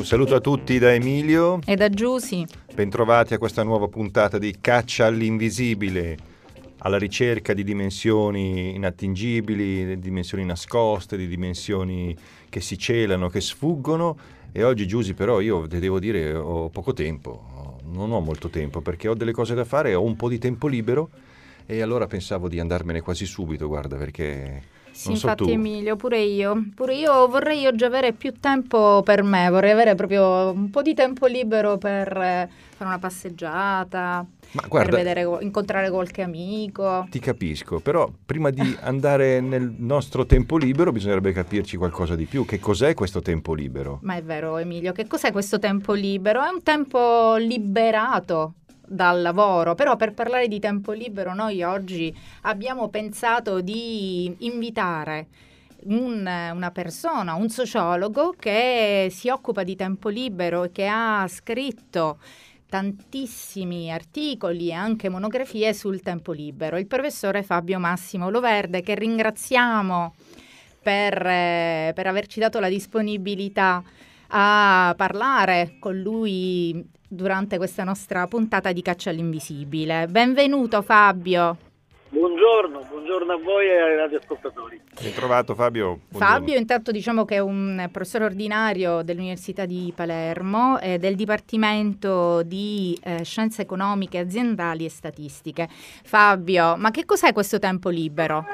saluto a tutti da Emilio e da Giusy. Bentrovati a questa nuova puntata di Caccia all'invisibile, alla ricerca di dimensioni inattingibili, di dimensioni nascoste, di dimensioni che si celano, che sfuggono. E oggi, Giusy, però io ti devo dire ho poco tempo, non ho molto tempo perché ho delle cose da fare, ho un po' di tempo libero e allora pensavo di andarmene quasi subito, guarda, perché... Sì, non so infatti tu. Emilio, pure io vorrei oggi avere più tempo per me, vorrei avere proprio un po' di tempo libero per fare una passeggiata, Ma guarda, per incontrare qualche amico. ti capisco, però prima di andare nel nostro tempo libero bisognerebbe capirci qualcosa di più. Che cos'è questo tempo libero? Ma è vero Emilio, che cos'è questo tempo libero? È un tempo liberato dal lavoro, però per parlare di tempo libero noi oggi abbiamo pensato di invitare una persona, un sociologo che si occupa di tempo libero e che ha scritto tantissimi articoli e anche monografie sul tempo libero, il professore Fabio Massimo Loverde, che ringraziamo per averci dato la disponibilità a parlare con lui durante questa nostra puntata di Caccia all'invisibile. Benvenuto Fabio. Buongiorno a voi e ai radioascoltatori. Ben trovato Fabio. Buongiorno. Fabio, intanto diciamo che è un professore ordinario dell'Università di Palermo e del Dipartimento di Scienze Economiche, Aziendali e Statistiche. Fabio, ma che cos'è questo tempo libero?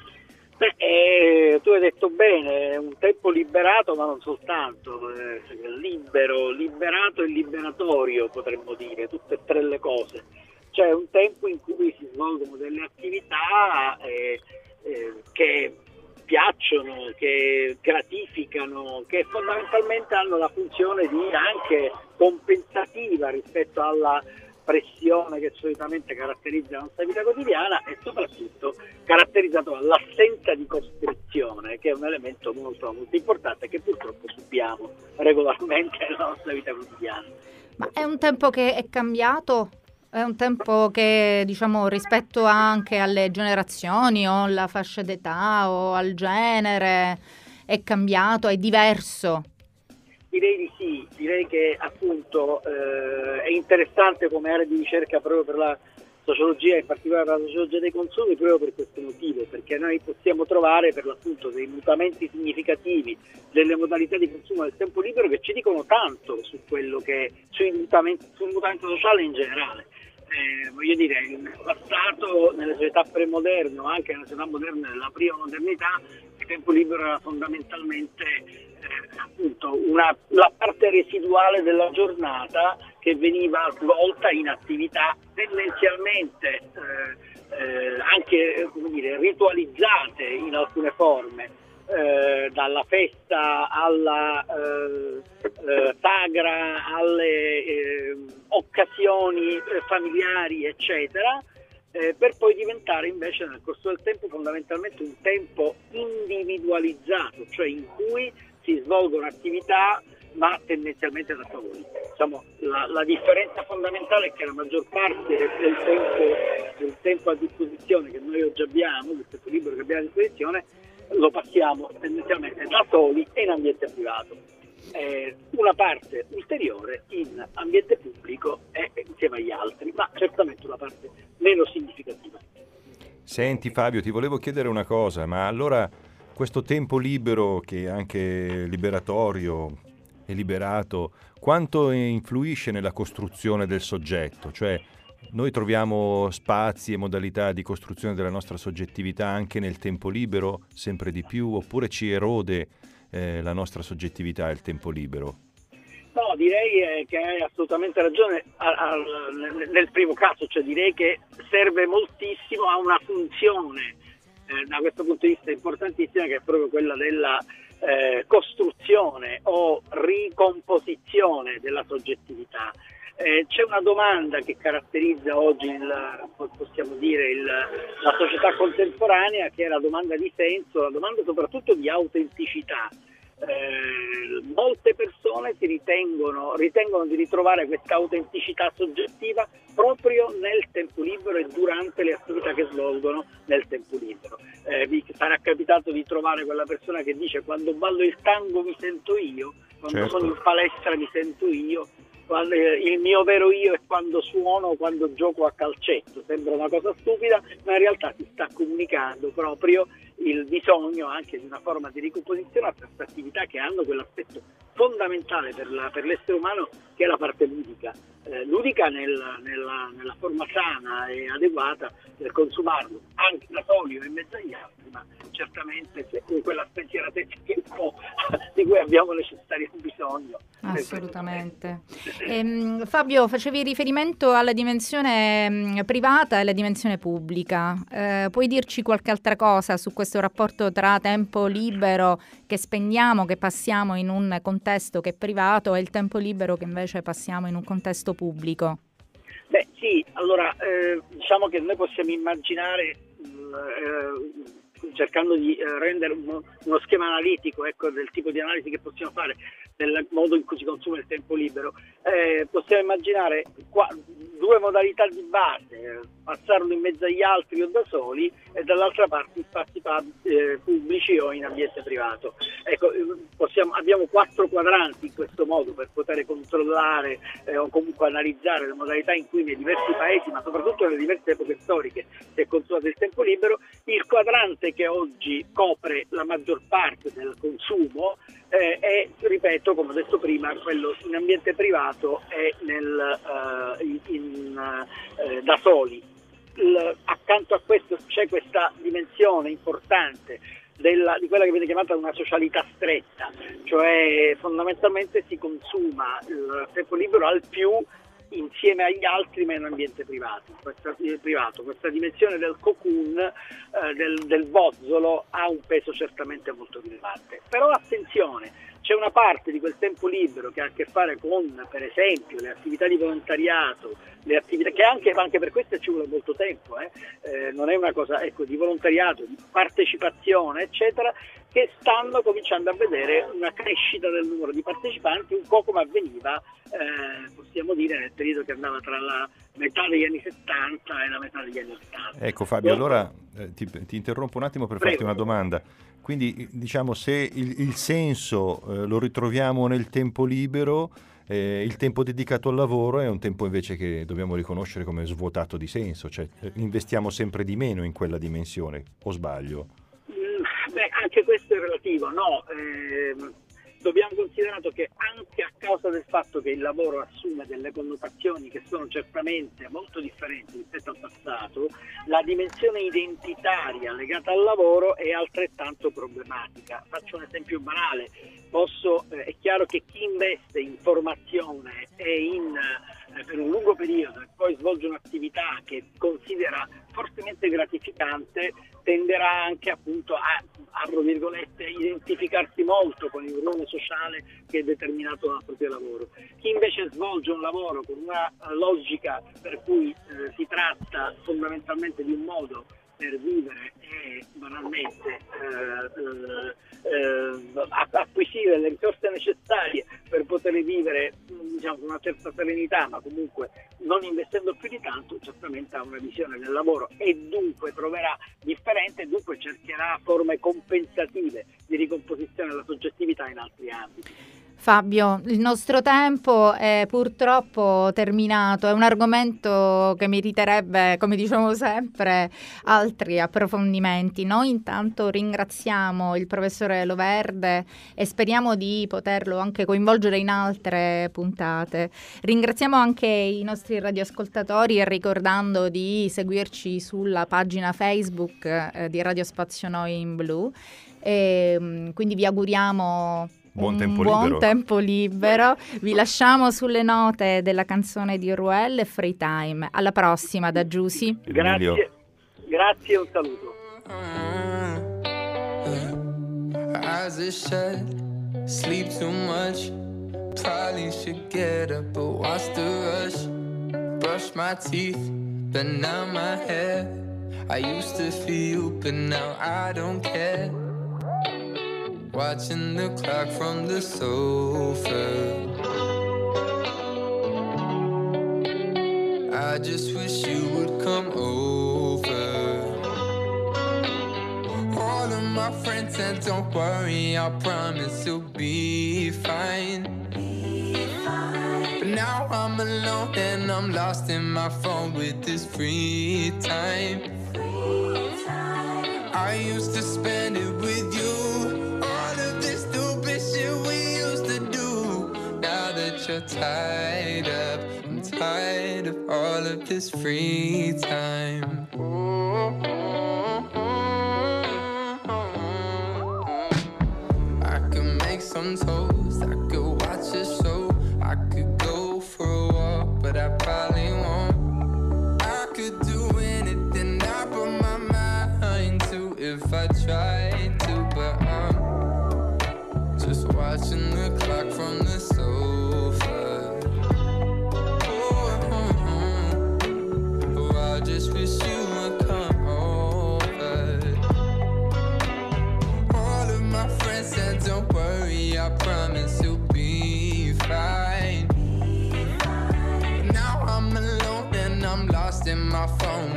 Tu hai detto bene, è un tempo liberato, ma non soltanto, liberato e liberatorio, potremmo dire, tutte e tre le cose. Cioè un tempo in cui si svolgono delle attività che piacciono, che gratificano, che fondamentalmente hanno la funzione di anche compensativa rispetto alla pressione che solitamente caratterizza la nostra vita quotidiana e soprattutto caratterizzato dall'assenza di costrizione, che è un elemento molto, molto importante che purtroppo subiamo regolarmente nella nostra vita quotidiana. Ma è un tempo che è cambiato? È un tempo che, diciamo, rispetto anche alle generazioni o alla fascia d'età o al genere, è cambiato, è diverso? Direi di sì, direi che appunto è interessante come area di ricerca proprio per la sociologia, in particolare per la sociologia dei consumi, proprio per questo motivo, perché noi possiamo trovare per l'appunto dei mutamenti significativi delle modalità di consumo del tempo libero che ci dicono tanto su quello che sul mutamento sociale in generale. Voglio dire, nel passato, nelle società premoderne o anche nelle società moderne della prima modernità, il tempo libero era fondamentalmente appunto la parte residuale della giornata che veniva svolta in attività tendenzialmente anche, come dire, ritualizzate in alcune forme, dalla festa alla sagra, alle occasioni familiari, eccetera, per poi diventare invece nel corso del tempo fondamentalmente un tempo individualizzato, cioè in cui si svolgono attività ma tendenzialmente da soli. Diciamo, la differenza fondamentale è che la maggior parte del tempo a disposizione che noi oggi abbiamo, del tempo libero che abbiamo a disposizione, lo passiamo tendenzialmente da soli e in ambiente privato. Una parte ulteriore in ambiente pubblico e insieme agli altri, ma certamente una parte meno significativa. Senti Fabio, ti volevo chiedere una cosa, ma allora questo tempo libero che è anche liberatorio e liberato, quanto influisce nella costruzione del soggetto? Cioè noi troviamo spazi e modalità di costruzione della nostra soggettività anche nel tempo libero sempre di più, oppure ci erode la nostra soggettività il tempo libero? No, direi che hai assolutamente ragione nel primo caso, cioè direi che serve moltissimo a una funzione da questo punto di vista importantissima, che è proprio quella della costruzione o ricomposizione della soggettività. C'è una domanda che caratterizza oggi possiamo dire la società contemporanea, che è la domanda di senso, la domanda soprattutto di autenticità. Molte persone ritengono di ritrovare questa autenticità soggettiva proprio nel tempo libero e durante le attività che svolgono nel tempo libero. Vi sarà capitato di trovare quella persona che dice: quando ballo il tango mi sento io, Quando Certo. sono in palestra mi sento io, il mio vero io è quando suono, quando gioco a calcetto. Sembra una cosa stupida, ma in realtà si sta comunicando proprio il bisogno anche di una forma di ricomposizione a queste attività che hanno quell'aspetto fondamentale per l'essere umano, che è la parte ludica. Ludica nella forma sana e adeguata del consumarlo, anche da soli o in mezzo agli altri, ma certamente con quella spensieratezza di cui abbiamo necessario bisogno. Assolutamente. Fabio, facevi riferimento alla dimensione privata e alla dimensione pubblica. Puoi dirci qualche altra cosa su questo rapporto tra tempo libero che spendiamo, che passiamo in un contesto che è privato, e il tempo libero che invece passiamo in un contesto pubblico? Beh sì, allora diciamo che noi possiamo immaginare, cercando di rendere uno schema analitico, ecco, del tipo di analisi che possiamo fare del modo in cui si consuma il tempo libero, possiamo immaginare due modalità di base: passarlo in mezzo agli altri o da soli, e dall'altra parte spazi pubblici o in ambiente privato. Ecco, abbiamo 4 quadranti in questo modo per poter controllare o comunque analizzare le modalità in cui nei diversi paesi, ma soprattutto nelle diverse epoche storiche, si è consumato il tempo libero. Il quadrante che oggi copre la maggior parte del consumo è, ripeto, come ho detto prima, quello in ambiente privato e da soli. Accanto a questo c'è questa dimensione importante di quella che viene chiamata una socialità stretta, cioè fondamentalmente si consuma il tempo libero al più insieme agli altri, ma in un ambiente privato. Questa dimensione del cocoon, del bozzolo, ha un peso certamente molto rilevante. Però attenzione, c'è una parte di quel tempo libero che ha a che fare con, per esempio, le attività di volontariato, le attività che anche per questo ci vuole molto tempo, non è una cosa, ecco, di volontariato, di partecipazione, eccetera, che stanno cominciando a vedere una crescita del numero di partecipanti, un po' come avveniva, possiamo dire, nel periodo che andava tra la metà degli anni 70 e la metà degli anni 80. Ecco Fabio, allora ti interrompo un attimo per farti una domanda. Quindi diciamo, se il senso lo ritroviamo nel tempo libero, il tempo dedicato al lavoro è un tempo invece che dobbiamo riconoscere come svuotato di senso, cioè investiamo sempre di meno in quella dimensione, o sbaglio? Beh, anche questo è relativo, no? Dobbiamo considerare che anche a causa del fatto che il lavoro assume delle connotazioni che sono certamente molto differenti rispetto al passato, la dimensione identitaria legata al lavoro è altrettanto problematica. Faccio un esempio banale: è chiaro che chi investe in formazione e per un lungo periodo e poi svolge un'attività che considera fortemente gratificante, tenderà anche appunto a tra virgolette, identificarsi molto con il ruolo sociale che è determinato dal proprio lavoro. Chi invece svolge un lavoro con una logica per cui si tratta fondamentalmente di un modo per vivere e banalmente acquisire le risorse necessarie per poter vivere, diciamo, con una certa serenità, ma comunque non investendo più di tanto, certamente ha una visione del lavoro e dunque troverà differente, dunque cercherà forme compensative di ricomposizione della soggettività in altri ambiti. Fabio, il nostro tempo è purtroppo terminato, è un argomento che meriterebbe, come diciamo sempre, altri approfondimenti. Noi intanto ringraziamo il professore Loverde e speriamo di poterlo anche coinvolgere in altre puntate. Ringraziamo anche i nostri radioascoltatori, ricordando di seguirci sulla pagina Facebook di Radio Spazio Noi in Blu. E, quindi vi auguriamo buon tempo libero. Vi lasciamo sulle note della canzone di Ruel e Free Time. Alla prossima da Giusy. Grazie e un saluto. Eyes are shut, sleep too much. Probably should get up, but what's the rush? Brush my teeth, but now my hair. I used to feel, but now I don't care. Watching the clock from the sofa. I just wish you would come over. All of my friends said don't worry, I promise you'll be fine. Now I'm alone and I'm lost in my phone with this free time. I used to spend it with you, all of this stupid shit we used to do. Now that you're tied up, I'm tired of all of this free time. I could make some toast, I could watch a show, I could go for a walk, but I probably won't. I could do anything I put my mind to if I tried to, but I'm just watching the clock from the sofa. Oh, I just wish you would come over. All of my friends said don't worry, I promise you'll be fine. Now I'm alone and I'm lost in my phone